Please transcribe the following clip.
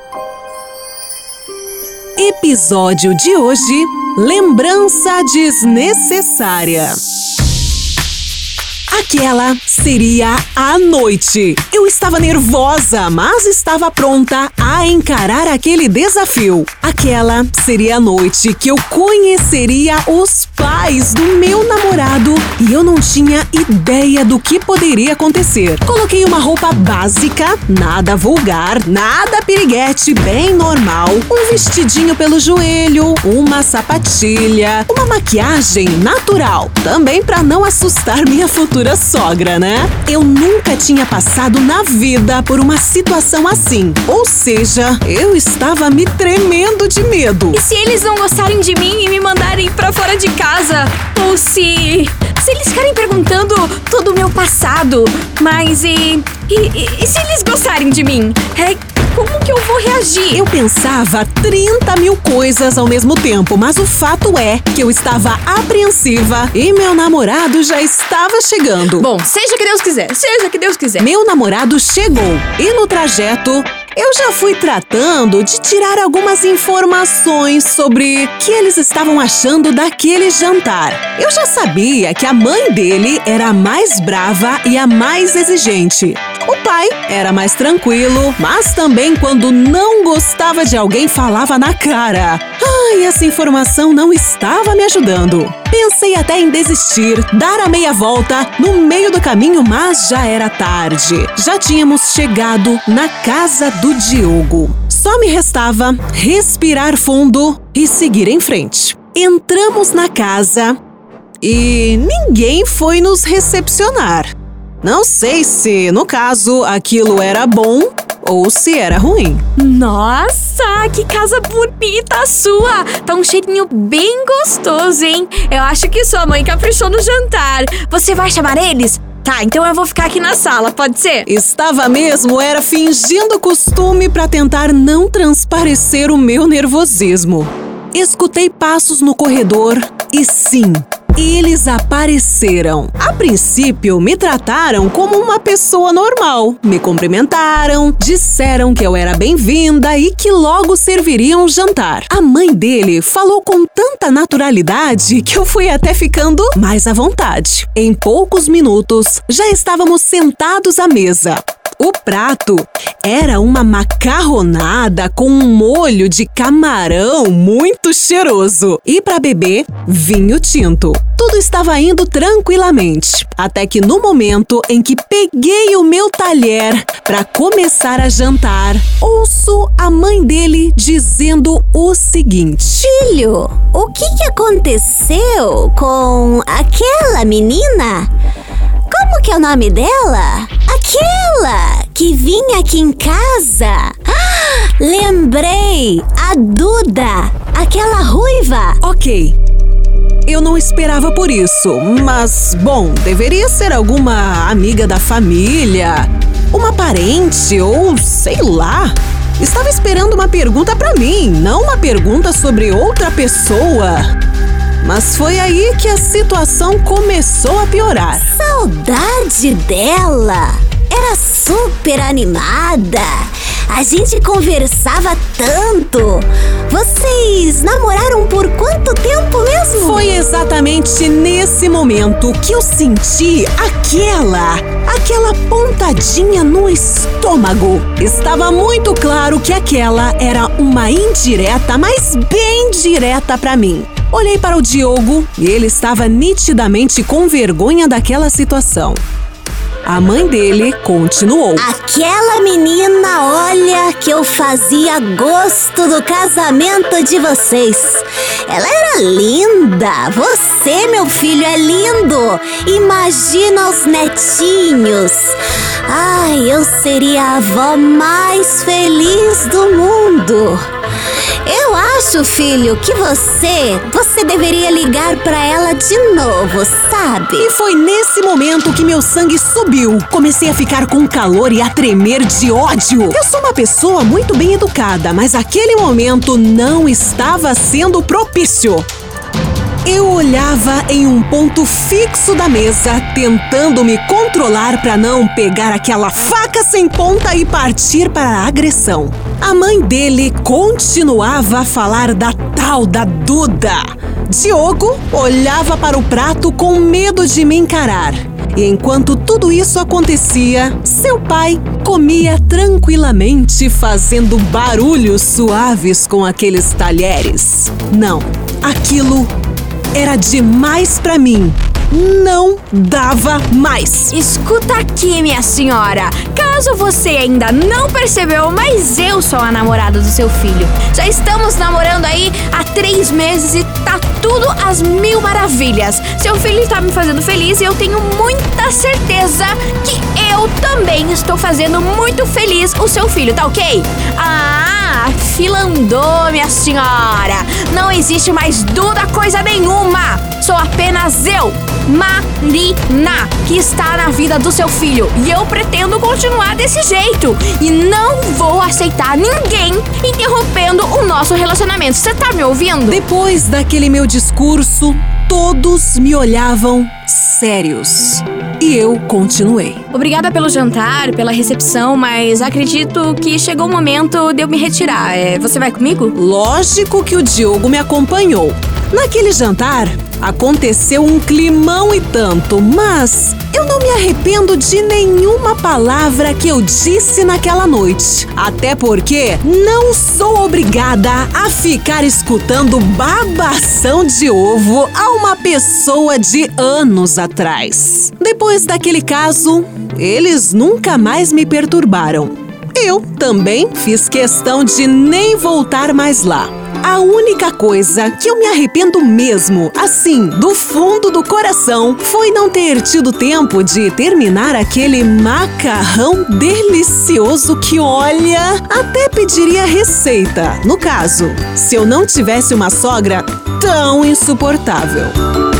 Episódio de hoje: lembrança desnecessária. Aquela seria a noite. Eu estava nervosa, mas estava pronta a encarar aquele desafio. Aquela seria a noite que eu conheceria os pais do meu namorado e eu não tinha ideia do que poderia acontecer. Coloquei uma roupa básica, nada vulgar, nada piriguete, bem normal, um vestidinho pelo joelho, uma sapatilha, uma maquiagem natural, também para não assustar minha futura sogra, né? Eu nunca tinha passado na vida por uma situação assim. Ou seja, eu estava me tremendo de medo. E se eles não gostarem de mim e me mandarem pra fora de casa? Ou se eles ficarem perguntando todo o meu passado? Mas e se eles gostarem de mim? Como que eu vou reagir? Eu pensava 30 mil coisas ao mesmo tempo, mas o fato é que eu estava apreensiva e meu namorado já estava chegando. Bom, seja que Deus quiser, seja que Deus quiser. Meu namorado chegou e no trajeto eu já fui tratando de tirar algumas informações sobre o que eles estavam achando daquele jantar. Eu já sabia que a mãe dele era a mais brava e a mais exigente. O pai era mais tranquilo, mas também quando não gostava de alguém falava na cara. Ai, essa informação não estava me ajudando. Pensei até em desistir, dar a meia volta no meio do caminho, mas já era tarde. Já tínhamos chegado na casa do Diogo. Só me restava respirar fundo e seguir em frente. Entramos na casa e ninguém foi nos recepcionar. Não sei se, no caso, aquilo era bom ou se era ruim. Nossa, que casa bonita a sua! Tá um cheirinho bem gostoso, hein? Eu acho que sua mãe caprichou no jantar. Você vai chamar eles? Tá, então eu vou ficar aqui na sala, pode ser? Estava mesmo, era fingindo costume para tentar não transparecer o meu nervosismo. Escutei passos no corredor e sim, eles apareceram. A princípio, me trataram como uma pessoa normal. Me cumprimentaram, disseram que eu era bem-vinda e que logo serviriam jantar. A mãe dele falou com tanta naturalidade que eu fui até ficando mais à vontade. Em poucos minutos, já estávamos sentados à mesa. O prato era uma macarronada com um molho de camarão muito cheiroso. E para beber, vinho tinto. Tudo estava indo tranquilamente, até que no momento em que peguei o meu talher para começar a jantar, ouço a mãe dele dizendo o seguinte: Filho, o que aconteceu com aquela menina? Como que é o nome dela? Aquela que vinha aqui em casa. Lembrei! A Duda! Aquela ruiva! Ok. Eu não esperava por isso, mas, bom, deveria ser alguma amiga da família, uma parente ou sei lá. Estava esperando uma pergunta pra mim, não uma pergunta sobre outra pessoa. Mas foi aí que a situação começou a piorar. Saudade dela! Era super animada! A gente conversava tanto! Vocês namoraram por quanto tempo mesmo? Foi exatamente nesse momento que eu senti aquela pontadinha no estômago. Estava muito claro que aquela era uma indireta, mas bem direta pra mim. Olhei para o Diogo e ele estava nitidamente com vergonha daquela situação. A mãe dele continuou: Aquela menina, olha que eu fazia gosto do casamento de vocês. Ela era linda. Você, meu filho, é lindo. Imagina os netinhos. Ai, eu seria a avó mais feliz do mundo. Eu acho, filho, que você deveria ligar pra ela de novo, sabe? E foi nesse momento que meu sangue subiu. Comecei a ficar com calor e a tremer de ódio. Eu sou uma pessoa muito bem educada, mas aquele momento não estava sendo propício. Eu olhava em um ponto fixo da mesa, tentando me controlar para não pegar aquela faca sem ponta e partir para a agressão. a mãe dele continuava a falar da tal da Duda. Diogo olhava para o prato com medo de me encarar. E enquanto tudo isso acontecia, seu pai comia tranquilamente, fazendo barulhos suaves com aqueles talheres. Não, aquilo era demais para mim. Não dava mais. Escuta aqui, minha senhora. Caso você ainda não percebeu, mas eu sou a namorada do seu filho. Já estamos namorando aí há 3 meses e tá tudo às mil maravilhas. Seu filho está me fazendo feliz e eu tenho muita certeza que eu também estou fazendo muito feliz o seu filho, tá ok? Fila andou, minha senhora. Não existe mais Duda coisa nenhuma. Sou apenas eu, Marina, que está na vida do seu filho. E eu pretendo continuar desse jeito. E não vou aceitar ninguém interrompendo o nosso relacionamento. Você tá me ouvindo? Depois daquele meu discurso, todos me olhavam sérios. E eu continuei. Obrigada pelo jantar, pela recepção, mas acredito que chegou o momento de eu me retirar. Você vai comigo? Lógico que o Diogo me acompanhou. Naquele jantar, aconteceu um climão e tanto, mas eu não me arrependo de nenhuma palavra que eu disse naquela noite. Até porque não sou obrigada a ficar escutando babação de ovo a uma pessoa de anos atrás. Depois daquele caso, eles nunca mais me perturbaram. Eu também fiz questão de nem voltar mais lá. A única coisa que eu me arrependo mesmo, assim, do fundo do coração, foi não ter tido tempo de terminar aquele macarrão delicioso que, olha, até pediria receita. No caso, se eu não tivesse uma sogra tão insuportável.